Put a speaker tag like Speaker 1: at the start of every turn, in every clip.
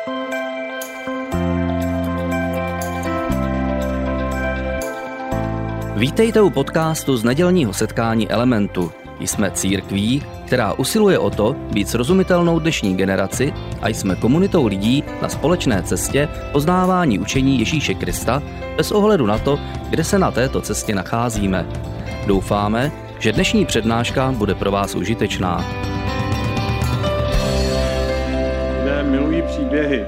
Speaker 1: Vítejte u podcastu z nedělního setkání Elementu. Jsme církví, která usiluje o to být srozumitelnou dnešní generaci a jsme komunitou lidí na společné cestě poznávání učení Ježíše Krista bez ohledu na to, kde se na této cestě nacházíme. Doufáme, že dnešní přednáška bude pro vás užitečná.
Speaker 2: Lidé milují příběhy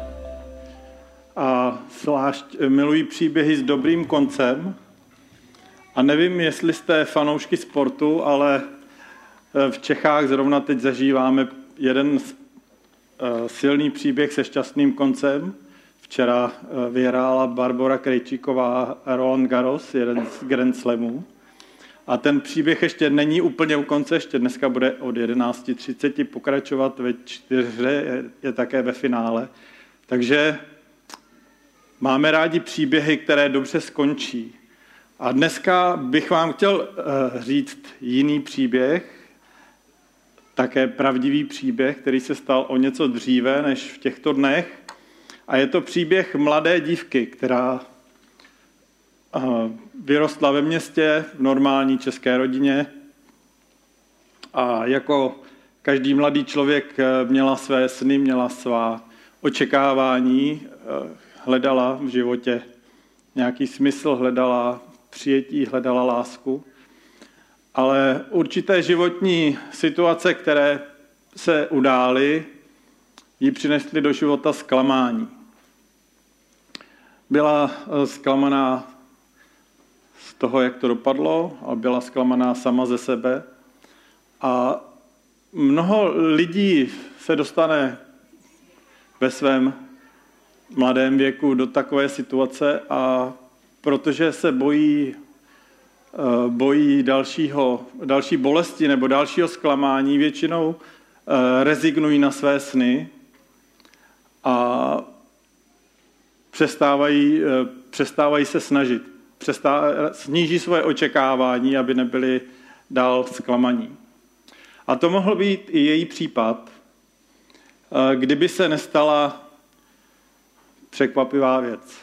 Speaker 2: a zvlášť milují příběhy s dobrým koncem. A nevím, jestli jste fanoušky sportu, ale v Čechách zrovna teď zažíváme jeden silný příběh se šťastným koncem. Včera vyhrála Barbora Krejčíková Roland Garros, jeden z Grand Slamů. A ten příběh ještě není úplně u konce, ještě dneska bude od 11:30 pokračovat, ve 4 je také ve finále. Takže máme rádi příběhy, které dobře skončí. A dneska bych vám chtěl říct jiný příběh, také pravdivý příběh, který se stal o něco dříve než v těchto dnech. A je to příběh mladé dívky, která vyrostla ve městě, v normální české rodině. A jako každý mladý člověk měla své sny, měla svá očekávání, hledala v životě nějaký smysl, hledala přijetí, hledala lásku, ale určité životní situace, které se udály, jí přinesly do života zklamání. Byla zklamaná z toho, jak to dopadlo, a byla zklamaná sama ze sebe. A mnoho lidí se dostane ve svém mladém věku do takové situace a protože se bojí další bolesti nebo dalšího zklamání, většinou rezignují na své sny a přestávají se snažit. Sníží svoje očekávání, aby nebyli dál zklamaní. A to mohl být i její případ, kdyby se nestala překvapivá věc.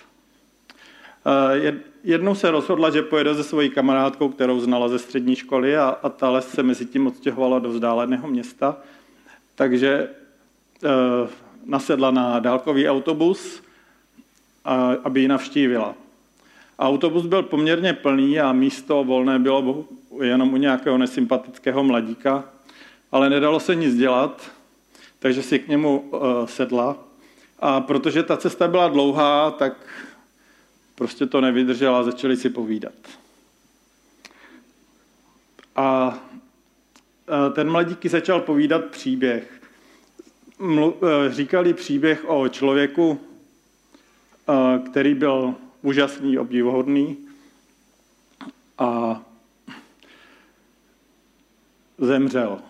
Speaker 2: Jednou se rozhodla, že pojede se svojí kamarádkou, kterou znala ze střední školy a ta se mezi tím odstěhovala do vzdáleného města. Takže nasedla na dálkový autobus, aby ji navštívila. Autobus byl poměrně plný a místo volné bylo jenom u nějakého nesympatického mladíka, ale nedalo se nic dělat, takže si k němu sedla. A protože ta cesta byla dlouhá, tak prostě to nevydržela a začali si povídat. A ten mladík začal povídat příběh. Říkali příběh o člověku, který byl úžasný, obdivuhodný a zemřel.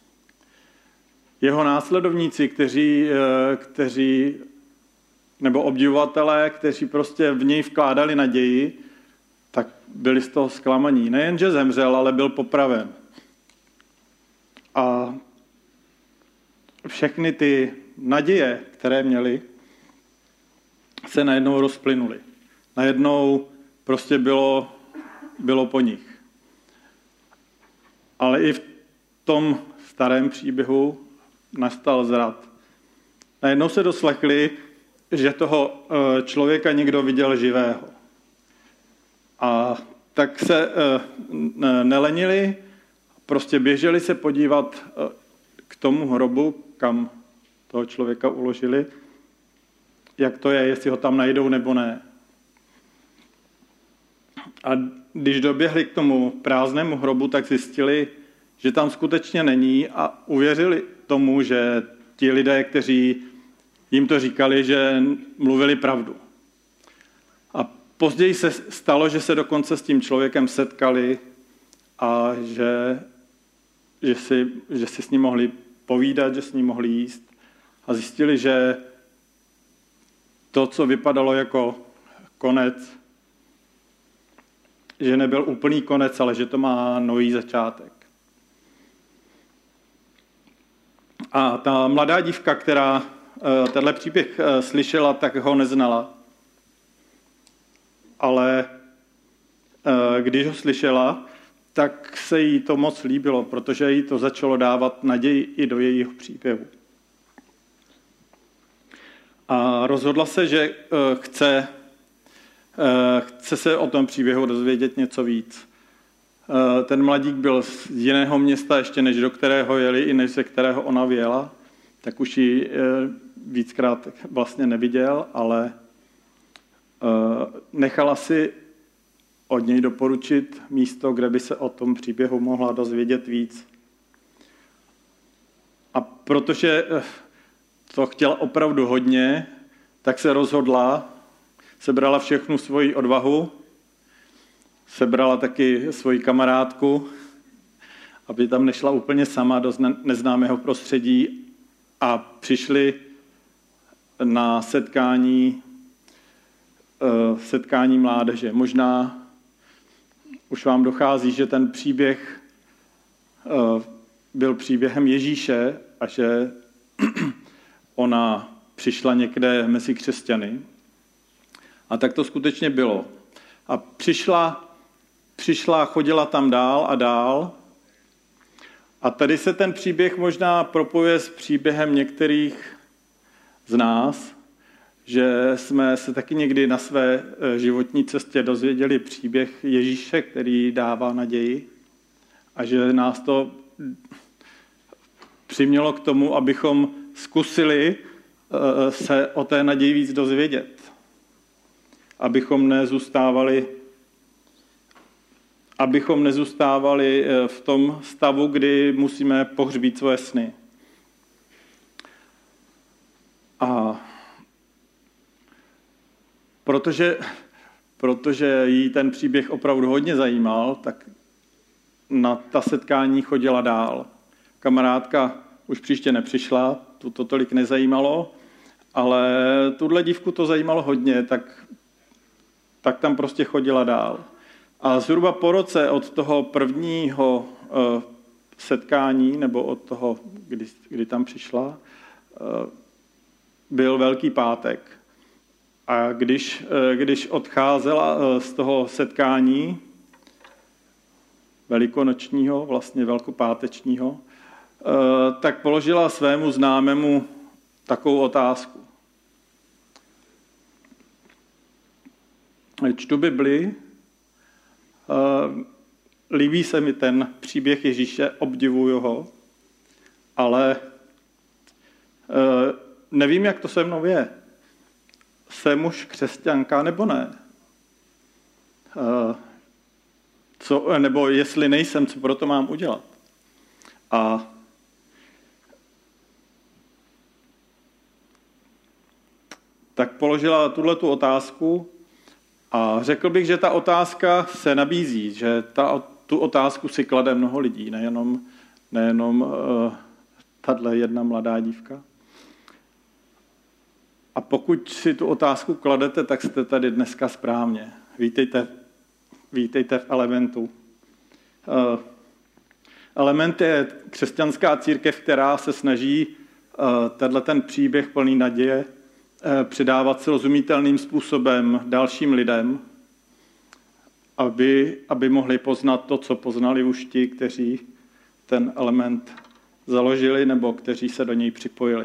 Speaker 2: Jeho následovníci, kteří nebo obdivovatelé, kteří prostě v něj vkládali naději, tak byli z toho zklamaní. Nejenže zemřel, ale byl popraven. A všechny ty naděje, které měli, se najednou rozplynuly. Najednou prostě bylo po nich. Ale i v tom starém příběhu nastal zrad. Najednou se doslechli, že toho člověka někdo viděl živého. A tak se nelenili, prostě běželi se podívat k tomu hrobu, kam toho člověka uložili, jak to je, jestli ho tam najdou nebo ne. A když doběhli k tomu prázdnému hrobu, tak zjistili, že tam skutečně není a uvěřili tomu, že ti lidé, kteří jim to říkali, že mluvili pravdu. A později se stalo, že se dokonce s tím člověkem setkali a že si s ním mohli povídat, že s ním mohli jíst. A zjistili, že to, co vypadalo jako konec, že nebyl úplný konec, ale že to má nový začátek. A ta mladá dívka, která tenhle příběh slyšela, tak ho neznala. Ale když ho slyšela, tak se jí to moc líbilo, protože jí to začalo dávat naději i do jejího příběhu. A rozhodla se, že chce se o tom příběhu dozvědět něco víc. Ten mladík byl z jiného města, ještě než do kterého jeli, i než ze kterého ona vyjela, tak už ji víckrát vlastně neviděl, ale nechala si od něj doporučit místo, kde by se o tom příběhu mohla dozvědět víc. A protože to chtěla opravdu hodně, tak se rozhodla, sebrala všechnu svoji odvahu, sebrala taky svoji kamarádku, aby tam nešla úplně sama do neznámého prostředí a přišli na setkání mládeže. Možná už vám dochází, že ten příběh byl příběhem Ježíše a že ona přišla někde mezi křesťany. A tak to skutečně bylo. A přišla, chodila tam dál a dál. A tady se ten příběh možná propojuje s příběhem některých z nás, že jsme se taky někdy na své životní cestě dozvěděli příběh Ježíše, který dává naději a že nás to přimělo k tomu, abychom zkusili se o té naději víc dozvědět. Abychom nezůstávali v tom stavu, kdy musíme pohřbít svoje sny. A protože jí ten příběh opravdu hodně zajímal, tak na ta setkání chodila dál. Kamarádka už příště nepřišla, tu to tolik nezajímalo, ale tuhle dívku to zajímalo hodně, tak tam prostě chodila dál. A zhruba po roce od toho prvního setkání, nebo od toho, kdy tam přišla, byl Velký pátek. A když odcházela z toho setkání velikonočního, vlastně velkopátečního, tak položila svému známému takovou otázku. Čtu Bibli, líbí se mi ten příběh Ježíše, obdivuju ho, ale nevím, jak to se mnou je. Jsem už křesťanka nebo ne? Nebo jestli nejsem, co pro to mám udělat? A tak položila tuhletu otázku a řekl bych, že ta otázka se nabízí, že tu otázku si klade mnoho lidí, nejenom tahle jedna mladá dívka. A pokud si tu otázku kladete, tak jste tady dneska správně. Vítejte v Elementu. Element je křesťanská církev, která se snaží ten příběh plný naděje předávat srozumitelným způsobem dalším lidem, aby mohli poznat to, co poznali už ti, kteří ten Element založili nebo kteří se do něj připojili.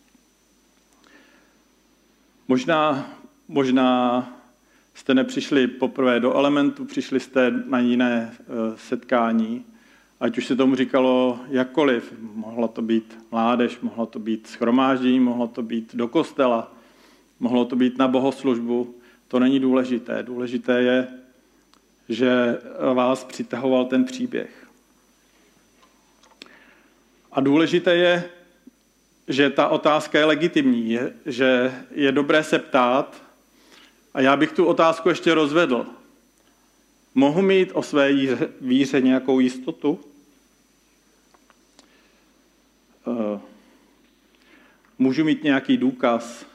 Speaker 2: Možná jste nepřišli poprvé do Elementu, přišli jste na jiné setkání, ať už se tomu říkalo jakkoliv. Mohlo to být mládež, mohlo to být shromáždění, mohlo to být do kostela, mohlo to být na bohoslužbu. To není důležité. Důležité je, že vás přitahoval ten příběh. A důležité je, že ta otázka je legitimní, že je dobré se ptát, a já bych tu otázku ještě rozvedl. Mohu mít o své víře nějakou jistotu? Můžu mít nějaký důkaz?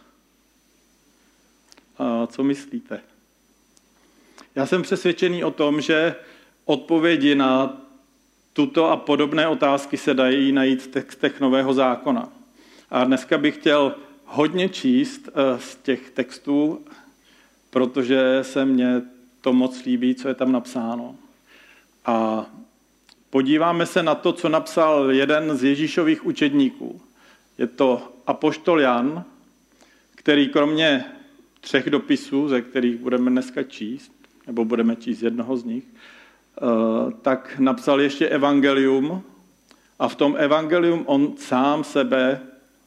Speaker 2: Co myslíte? Já jsem přesvědčený o tom, že odpovědi na tuto a podobné otázky se dají najít v textech Nového zákona. A dneska bych chtěl hodně číst z těch textů, protože se mně to moc líbí, co je tam napsáno. A podíváme se na to, co napsal jeden z Ježíšových učedníků. Je to apoštol Jan, který kromě 3 dopisů, ze kterých budeme dneska číst, nebo budeme číst jednoho z nich, tak napsal ještě evangelium a v tom evangelium on sám sebe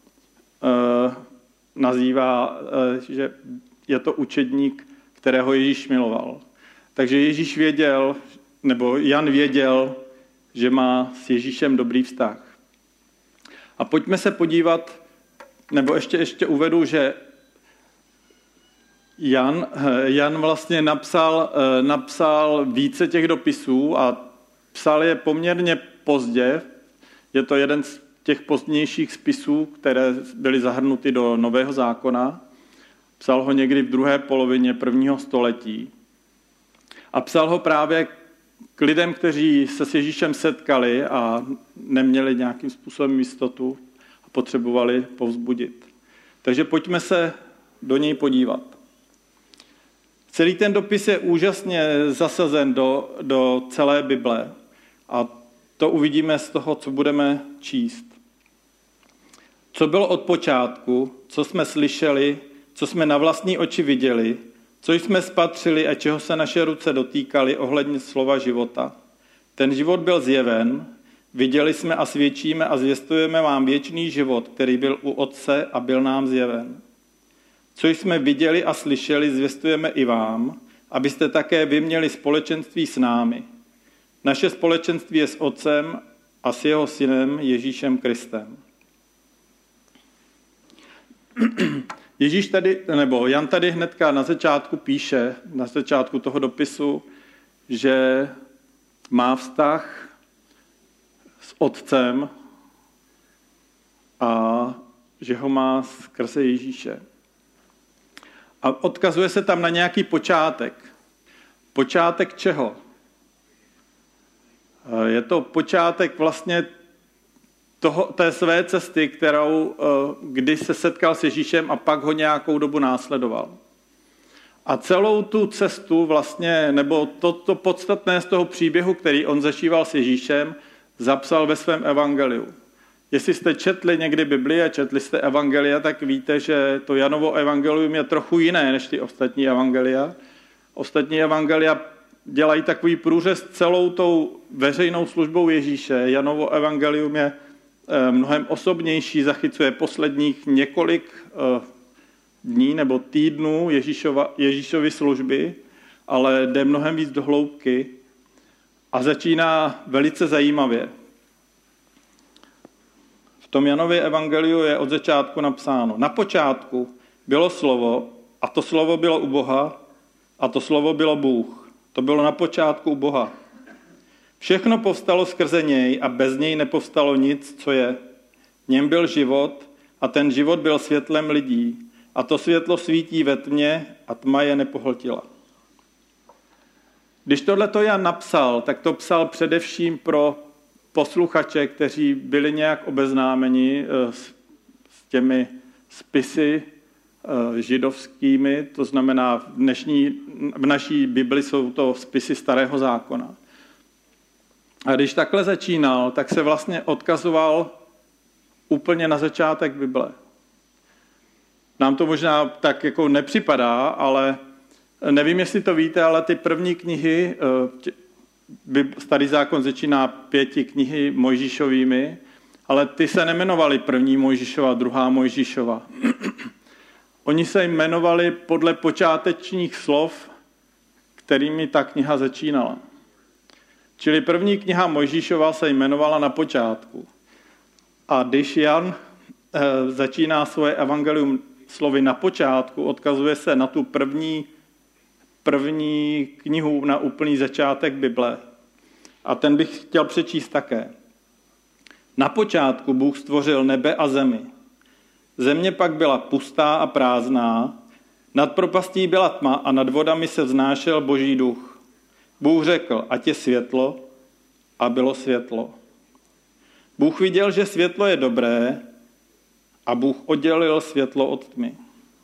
Speaker 2: nazývá, že je to učedník, kterého Ježíš miloval. Takže Ježíš věděl, nebo Jan věděl, že má s Ježíšem dobrý vztah. A pojďme se podívat, nebo ještě uvedu, že Jan vlastně napsal více těch dopisů a psal je poměrně pozdě. Je to jeden z těch pozdějších spisů, které byly zahrnuty do Nového zákona. Psal ho někdy v druhé polovině 1. století. A psal ho právě k lidem, kteří se s Ježíšem setkali a neměli nějakým způsobem jistotu a potřebovali povzbudit. Takže pojďme se do něj podívat. Celý ten dopis je úžasně zasazen do celé Bible a to uvidíme z toho, co budeme číst. Co bylo od počátku, co jsme slyšeli, co jsme na vlastní oči viděli, co jsme spatřili a čeho se naše ruce dotýkaly ohledně slova života. Ten život byl zjeven, viděli jsme a svědčíme a zvěstujeme vám věčný život, který byl u Otce a byl nám zjeven. Co jsme viděli a slyšeli, zvěstujeme i vám, abyste také vy měli společenství s námi. Naše společenství je s Otcem a s jeho synem Ježíšem Kristem. Jan tady hnedka na začátku píše, na začátku toho dopisu, že má vztah s Otcem a že ho má skrze Ježíše. A odkazuje se tam na nějaký počátek. Počátek čeho? Je to počátek vlastně té své cesty, kdy se setkal s Ježíšem a pak ho nějakou dobu následoval. A celou tu cestu vlastně, nebo to podstatné z toho příběhu, který on zažíval s Ježíšem, zapsal ve svém evangeliu. Jestli jste četli někdy Bibli a četli jste evangelia, tak víte, že to Janovo evangelium je trochu jiné než ty ostatní evangelia. Ostatní evangelia dělají takový průřez celou tou veřejnou službou Ježíše. Janovo evangelium je mnohem osobnější, zachycuje posledních několik dní nebo týdnů Ježíšovy služby, ale jde mnohem víc do hloubky a začíná velice zajímavě. V tom Janově evangeliu je od začátku napsáno: na počátku bylo slovo a to slovo bylo u Boha a to slovo bylo Bůh. To bylo na počátku u Boha. Všechno povstalo skrze něj a bez něj nepovstalo nic, co je. V něm byl život a ten život byl světlem lidí. A to světlo svítí ve tmě a tma je nepohltila. Když tohleto Jan napsal, tak to psal především pro posluchače, kteří byli nějak obeznámeni s těmi spisy židovskými, to znamená v naší Bibli jsou to spisy Starého zákona. A když takhle začínal, tak se vlastně odkazoval úplně na začátek Bible. Nám to možná tak jako nepřipadá, ale nevím, jestli to víte, ale ty první knihy, Starý zákon začíná 5 knihy Mojžíšovými, ale ty se nemenovaly první Mojžíšova, druhá Mojžíšova. Oni se jmenovali podle počátečních slov, kterými ta kniha začínala. Čili první kniha Mojžíšova se jmenovala Na počátku. A když Jan začíná svoje evangelium slovy na počátku, odkazuje se na tu první knihu, na úplný začátek Bible. A ten bych chtěl přečíst také. Na počátku Bůh stvořil nebe a zemi. Země pak byla pustá a prázdná, nad propastí byla tma a nad vodami se vznášel Boží duch. Bůh řekl, ať je světlo, a bylo světlo. Bůh viděl, že světlo je dobré a Bůh oddělil světlo od tmy.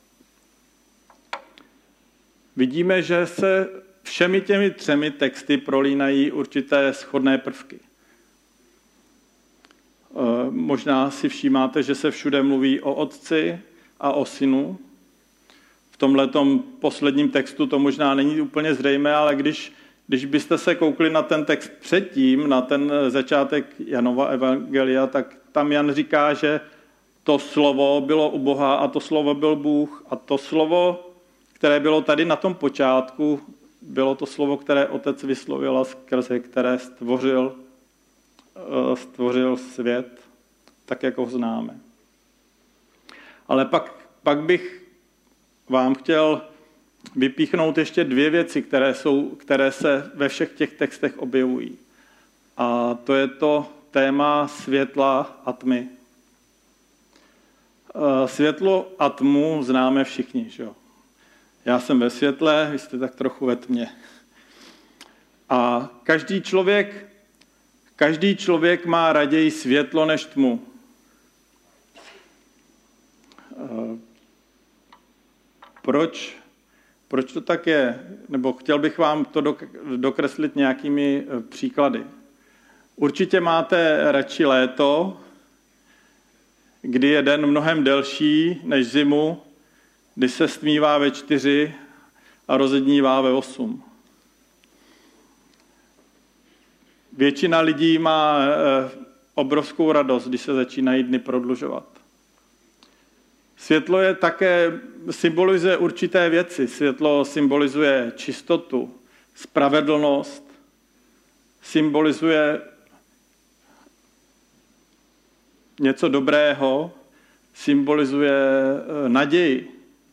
Speaker 2: Vidíme, že se všemi těmi 3 texty prolínají určité shodné prvky. Možná si všímáte, že se všude mluví o Otci a o Synu. V tomhletom posledním textu to možná není úplně zřejmé, ale když byste se koukli na ten text předtím, na ten začátek Janova evangelia, tak tam Jan říká, že to slovo bylo u Boha a to slovo byl Bůh. A to slovo, které bylo tady na tom počátku, bylo to slovo, které Otec vyslovil a skrze které stvořil svět, tak jak ho známe. Ale pak bych vám chtěl vypíchnout ještě 2 věci, které se ve všech těch textech objevují. A to je to téma světla a tmy. Světlo a tmu známe všichni, že jo? Já jsem ve světle, vy jste tak trochu ve tmě. A každý člověk má raději světlo než tmu. Proč to tak je? Nebo chtěl bych vám to dokreslit nějakými příklady. Určitě máte radši léto, kdy je den mnohem delší než zimu, kdy se stmívá ve 4 a rozednívá ve 8. Většina lidí má obrovskou radost, když se začínají dny prodlužovat. Světlo je také symbolizuje určité věci. Světlo symbolizuje čistotu, spravedlnost, symbolizuje něco dobrého, symbolizuje naději.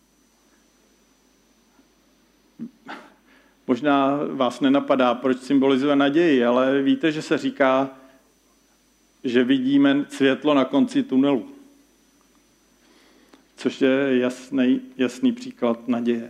Speaker 2: Možná vás nenapadá, proč symbolizuje naději, ale víte, že se říká, že vidíme světlo na konci tunelu. Což je jasný příklad naděje.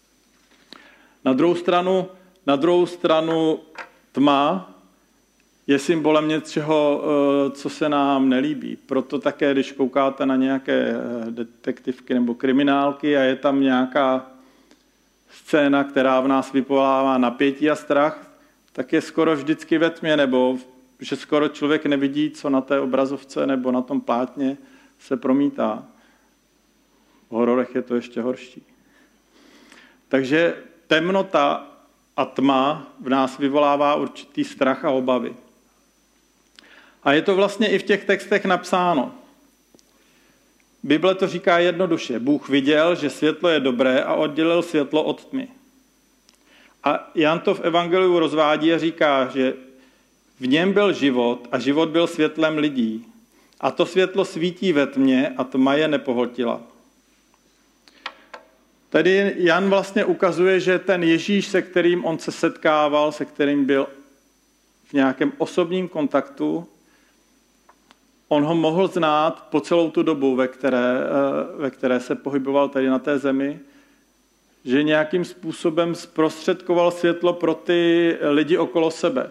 Speaker 2: Na druhou stranu tma je symbolem něčeho, co se nám nelíbí. Proto také, když koukáte na nějaké detektivky nebo kriminálky a je tam nějaká scéna, která v nás vyvolává napětí a strach, tak je skoro vždycky ve tmě, nebo že skoro člověk nevidí, co na té obrazovce nebo na tom plátně se promítá. V hororech je to ještě horší. Takže temnota a tma v nás vyvolává určitý strach a obavy. A je to vlastně i v těch textech napsáno. Bible to říká jednoduše. Bůh viděl, že světlo je dobré a oddělil světlo od tmy. A Jan to v evangeliu rozvádí a říká, že v něm byl život a život byl světlem lidí. A to světlo svítí ve tmě a tma je nepohltila. Tady Jan vlastně ukazuje, že ten Ježíš, se kterým on se setkával, se kterým byl v nějakém osobním kontaktu, on ho mohl znát po celou tu dobu, ve které se pohyboval tady na té zemi, že nějakým způsobem zprostředkoval světlo pro ty lidi okolo sebe.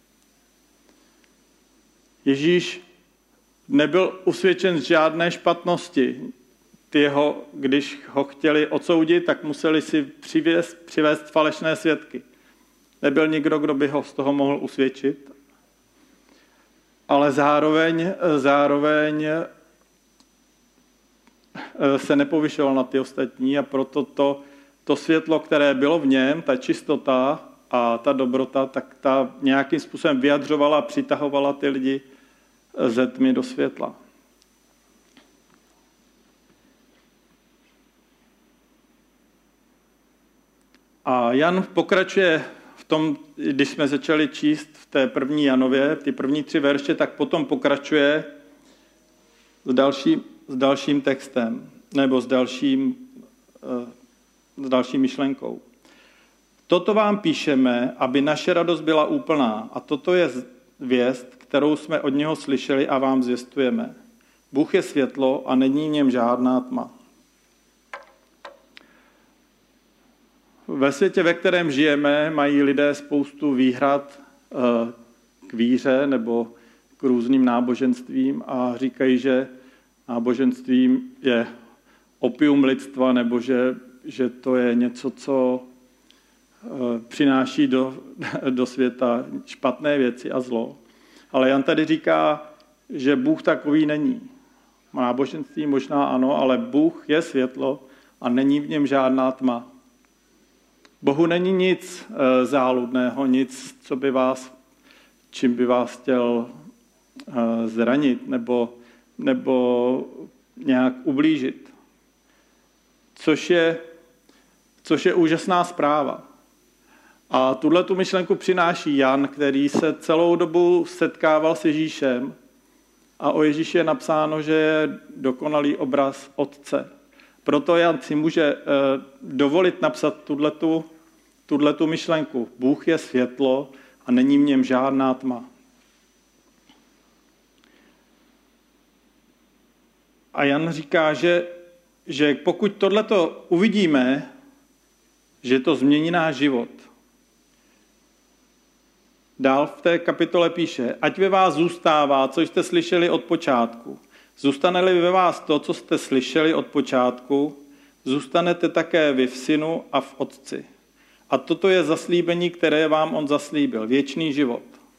Speaker 2: Ježíš nebyl usvědčen z žádné špatnosti. Když ho chtěli odsoudit, tak museli si přivést falešné svědky. Nebyl nikdo, kdo by ho z toho mohl usvědčit, ale zároveň se nepovyšoval na ty ostatní a proto to světlo, které bylo v něm, ta čistota a ta dobrota, tak ta nějakým způsobem vyjadřovala a přitahovala ty lidi ze tmy do světla. A Jan pokračuje v tom, když jsme začali číst v té první Janově, ty první 3 verše, tak potom pokračuje s dalším textem, nebo s další myšlenkou. Toto vám píšeme, aby naše radost byla úplná. A toto je věst, kterou jsme od něho slyšeli a vám zvěstujeme. Bůh je světlo a není v něm žádná tma. Ve světě, ve kterém žijeme, mají lidé spoustu výhrad k víře nebo k různým náboženstvím a říkají, že náboženstvím je opium lidstva, nebo že to je něco, co přináší do světa špatné věci a zlo. Ale Jan tady říká, že Bůh takový není. Náboženství možná ano, ale Bůh je světlo a není v něm žádná tma. Bohu není nic záludného, nic, čím by vás chtěl zranit nebo nějak ublížit. Což je úžasná zpráva. A tuhletu myšlenku přináší Jan, který se celou dobu setkával s Ježíšem a o Ježíši je napsáno, že je dokonalý obraz Otce. Proto Jan si může dovolit napsat tuhletu myšlenku. Bůh je světlo a není v něm žádná tma. A Jan říká, že pokud tohleto uvidíme, že to změní náš život. Dál v té kapitole píše, ať ve vás zůstává, co jste slyšeli od počátku. Zůstane-li ve vás to, co jste slyšeli od počátku, zůstanete také vy v Synu a v Otci. A toto je zaslíbení, které vám on zaslíbil, věčný život.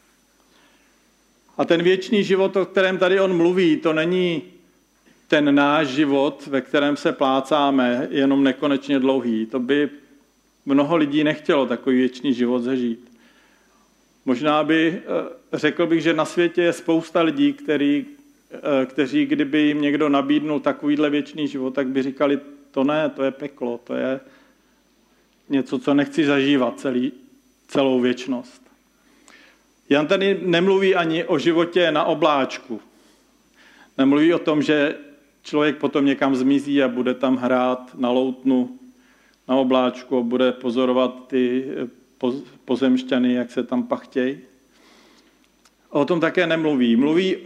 Speaker 2: A ten věčný život, o kterém tady on mluví, to není ten náš život, ve kterém se plácáme, jenom nekonečně dlouhý. To by mnoho lidí nechtělo takový věčný život zažít. Možná řekl bych, že na světě je spousta lidí, kteří kdyby jim někdo nabídnul takovýhle věčný život, tak by říkali, to ne, to je peklo, to je něco, co nechci zažívat celou věčnost. Jan tady nemluví ani o životě na obláčku. Nemluví o tom, že člověk potom někam zmizí a bude tam hrát na loutnu, na obláčku a bude pozorovat ty pozemšťany, jak se tam pachtějí. O tom také nemluví. Mluví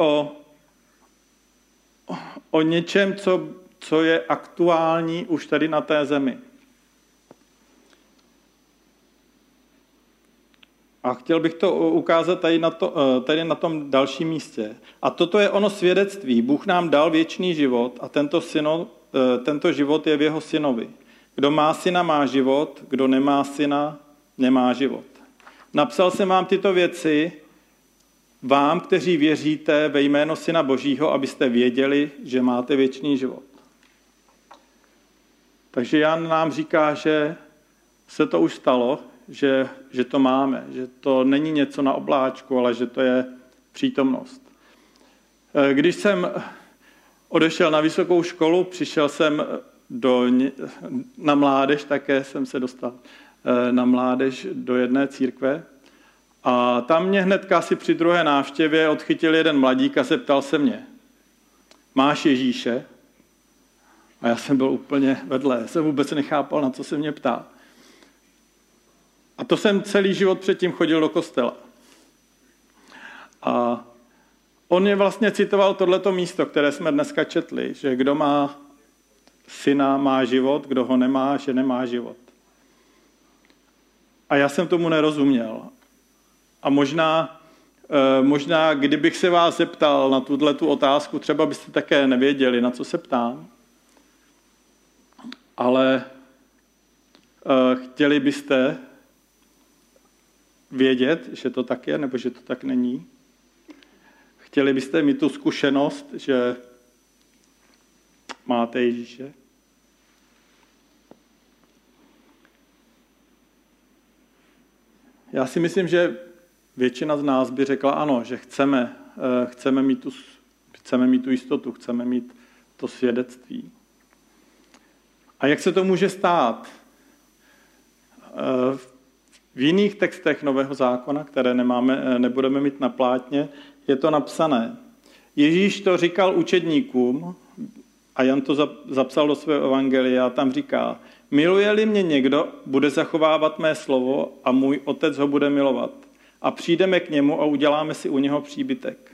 Speaker 2: o něčem, co je aktuální už tady na té zemi. A chtěl bych to ukázat tady na tom dalším místě. A toto je ono svědectví. Bůh nám dal věčný život a tento život je v jeho synovi. Kdo má syna, má život, kdo nemá syna, nemá život. Napsal jsem vám tyto věci, vám, kteří věříte ve jméno Syna Božího, abyste věděli, že máte věčný život. Takže Jan nám říká, že se to už stalo, že to máme, že to není něco na obláčku, ale že to je přítomnost. Když jsem odešel na vysokou školu, přišel jsem na mládež, také jsem se dostal na mládež do jedné církve a tam mě hnedka asi při druhé návštěvě odchytil jeden mladík a zeptal se mě, máš Ježíše? A já jsem byl úplně vedle, jsem vůbec nechápal, na co se mě ptá. A to jsem celý život předtím chodil do kostela. A on je vlastně citoval tohleto místo, které jsme dneska četli, že kdo má syna, má život, kdo ho nemá, že nemá život. A já jsem tomu nerozuměl. A možná, kdybych se vás zeptal na tuto otázku, třeba byste také nevěděli, na co se ptám. Ale chtěli byste vědět, že to tak je, nebo že to tak není? Chtěli byste mít tu zkušenost, že máte Ježíše? Já si myslím, že většina z nás by řekla ano, že chceme mít tu jistotu, chceme mít to svědectví. A jak se to může stát? V jiných textech Nového zákona, které nebudeme mít na plátně, je to napsané. Ježíš to říkal učedníkům a Jan to zapsal do svého evangelia a tam říká, miluje-li mě někdo, bude zachovávat mé slovo a můj otec ho bude milovat. A přijdeme k němu a uděláme si u něho příbytek.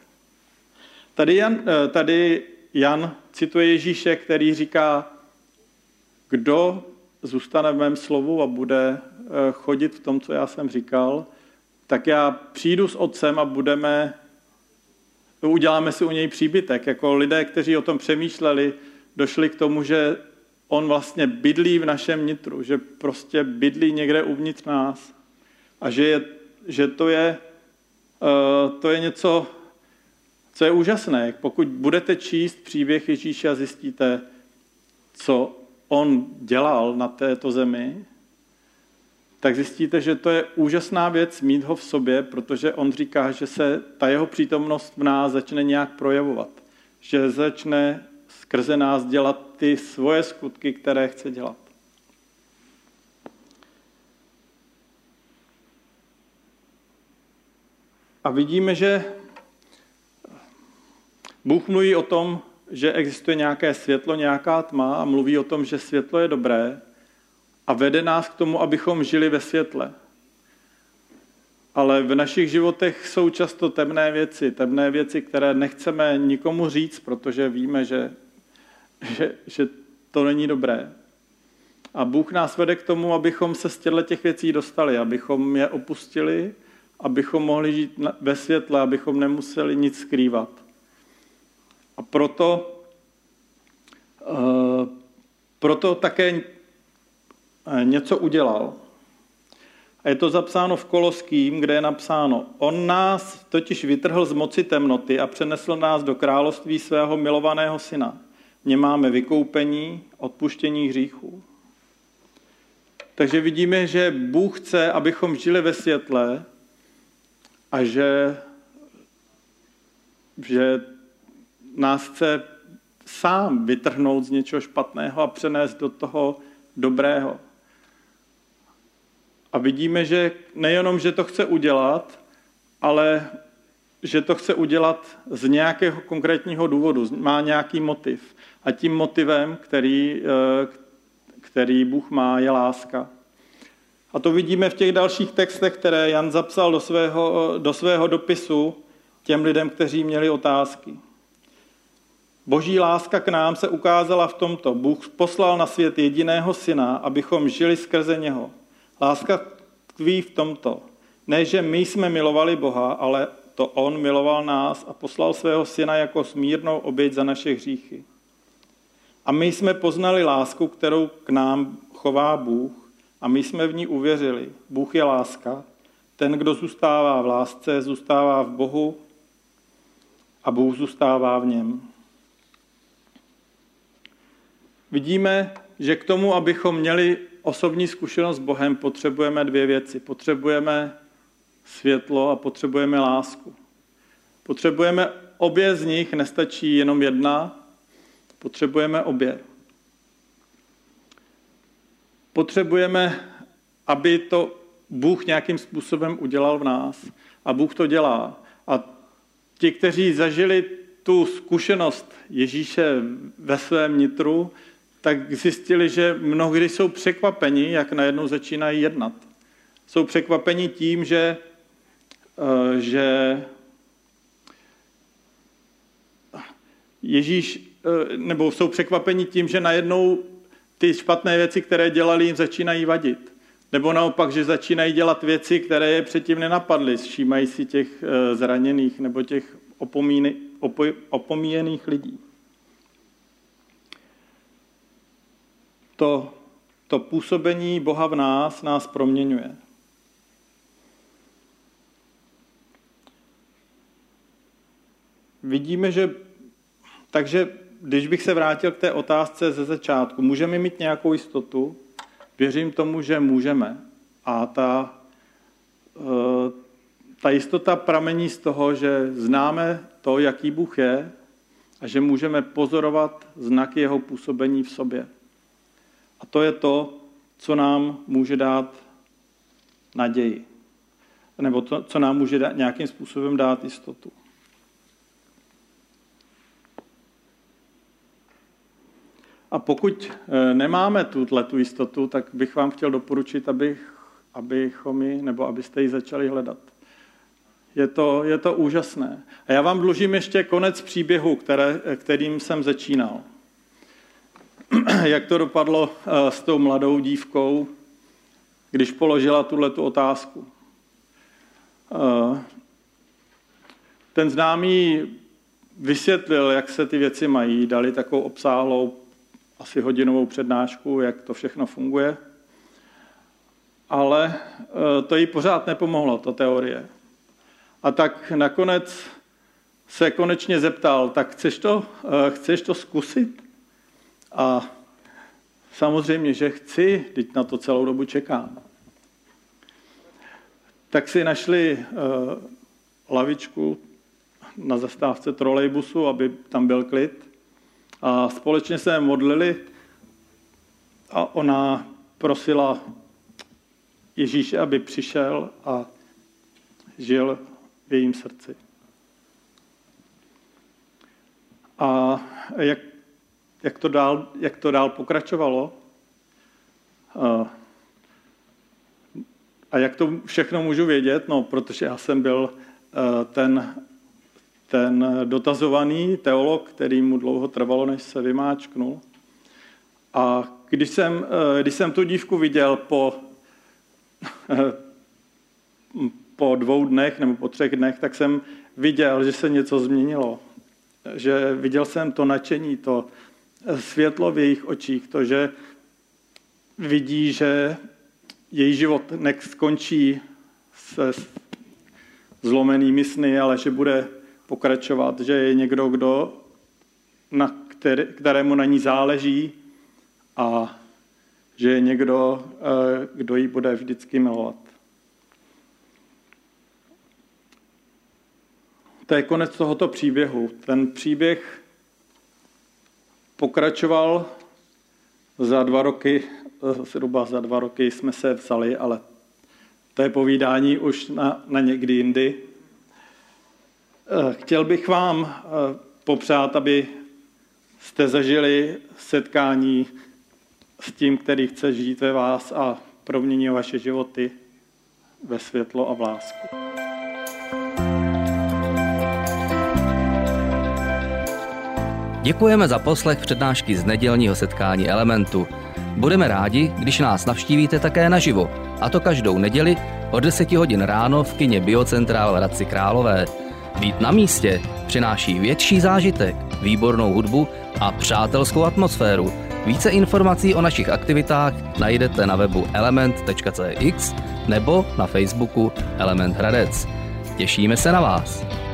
Speaker 2: Tady Jan cituje Ježíše, který říká, kdo zůstane v mém slovu a bude chodit v tom, co já jsem říkal, tak já přijdu s otcem a uděláme si u něj příbytek. Jako lidé, kteří o tom přemýšleli, došli k tomu, že on vlastně bydlí v našem nitru, že prostě bydlí někde uvnitř nás a že to je něco, co je úžasné. Pokud budete číst příběh Ježíše a zjistíte, co on dělal na této zemi, tak zjistíte, že to je úžasná věc mít ho v sobě, protože on říká, že se ta jeho přítomnost v nás začne nějak projevovat. Že začne skrze nás dělat ty svoje skutky, které chce dělat. A vidíme, že Bůh mluví o tom, že existuje nějaké světlo, nějaká tma a mluví o tom, že světlo je dobré a vede nás k tomu, abychom žili ve světle. Ale v našich životech jsou často temné věci, které nechceme nikomu říct, protože víme, že to není dobré. A Bůh nás vede k tomu, abychom se z těch věcí dostali, abychom je opustili, abychom mohli žít ve světle, abychom nemuseli nic skrývat. A proto také něco udělal. A je to zapsáno v Koloským, kde je napsáno: On nás totiž vytrhl z moci temnoty a přenesl nás do království svého milovaného syna. V něm máme vykoupení, odpuštění hříchů. Takže vidíme, že Bůh chce, abychom žili ve světle a že nás chce sám vytrhnout z něčeho špatného a přenést do toho dobrého. A vidíme, že nejenom, že to chce udělat, ale že to chce udělat z nějakého konkrétního důvodu, má nějaký motiv. A tím motivem, který Bůh má, je láska. A to vidíme v těch dalších textech, které Jan zapsal do svého dopisu těm lidem, kteří měli otázky. Boží láska k nám se ukázala v tomto. Bůh poslal na svět jediného syna, abychom žili skrze něho. Láska tkví v tomto. Ne, že my jsme milovali Boha, ale to on miloval nás a poslal svého syna jako smírnou oběť za naše hříchy. A my jsme poznali lásku, kterou k nám chová Bůh, a my jsme v ní uvěřili. Bůh je láska. Ten, kdo zůstává v lásce, zůstává v Bohu a Bůh zůstává v něm. Vidíme, že k tomu, abychom měli osobní zkušenost s Bohem, potřebujeme dvě věci. Potřebujeme světlo a potřebujeme lásku. Potřebujeme obě z nich, nestačí jenom jedna, potřebujeme obě. Potřebujeme, aby to Bůh nějakým způsobem udělal v nás. A Bůh to dělá. A ti, kteří zažili tu zkušenost Ježíše ve svém nitru, tak zjistili, že mnohdy jsou překvapeni, jak najednou začínají jednat. Jsou překvapeni tím, že Ježíš, nebo jsou překvapeni tím, že najednou ty špatné věci, které dělali, jim začínají vadit. Nebo naopak, že začínají dělat věci, které je předtím nenapadly. Všímají si těch zraněných nebo těch opomíjených lidí. To působení Boha v nás proměňuje. Vidíme, takže když bych se vrátil k té otázce ze začátku, můžeme mít nějakou jistotu? Věřím tomu, že můžeme. A ta jistota pramení z toho, že známe to, jaký Bůh je a že můžeme pozorovat znaky jeho působení v sobě. A to je to, co nám může dát naději. Nebo to, co nám může nějakým způsobem dát jistotu. A pokud nemáme tu jistotu, tak bych vám chtěl doporučit, abyste ji začali hledat. Je to úžasné. A já vám dlužím ještě konec příběhu, kterým jsem začínal. Jak to dopadlo s tou mladou dívkou, když položila tuhletu otázku. Ten známý vysvětlil, jak se ty věci mají, dali takovou obsáhlou, asi hodinovou přednášku, jak to všechno funguje. Ale to jí pořád nepomohlo, ta teorie. A tak nakonec se konečně zeptal, tak chceš to zkusit? A samozřejmě, že chci, teď na to celou dobu čekám. Tak si našli lavičku na zastávce trolejbusu, aby tam byl klid. A společně se modlili a ona prosila Ježíše, aby přišel a žil v jejím srdci. A jak to dál pokračovalo a jak to všechno můžu vědět, no, protože já jsem byl ten dotazovaný teolog, který mu dlouho trvalo, než se vymáčknul. A když jsem tu dívku viděl po 2 dnech nebo po 3 dnech, tak jsem viděl, že se něco změnilo. Že viděl jsem to nadšení, to světlo v jejich očích, to, že vidí, že její život neskončí se zlomenými sny, ale že bude pokračovat, že je někdo, kterému na ní záleží a že je někdo, kdo ji bude vždycky milovat. To je konec tohoto příběhu. Ten příběh pokračoval za 2 roky, zhruba za 2 roky jsme se vzali, ale to je povídání už na někdy jindy. Chtěl bych vám popřát, aby jste zažili setkání s tím, který chce žít ve vás a promění vaše životy ve světlo a v lásku.
Speaker 1: Děkujeme za poslech přednášky z nedělního setkání Elementu. Budeme rádi, když nás navštívíte také naživo, a to každou neděli od 10 hodin ráno v kině Biocentrál v Hradci Králové. Být na místě přináší větší zážitek, výbornou hudbu a přátelskou atmosféru. Více informací o našich aktivitách najdete na webu element.cx nebo na Facebooku Element Hradec. Těšíme se na vás.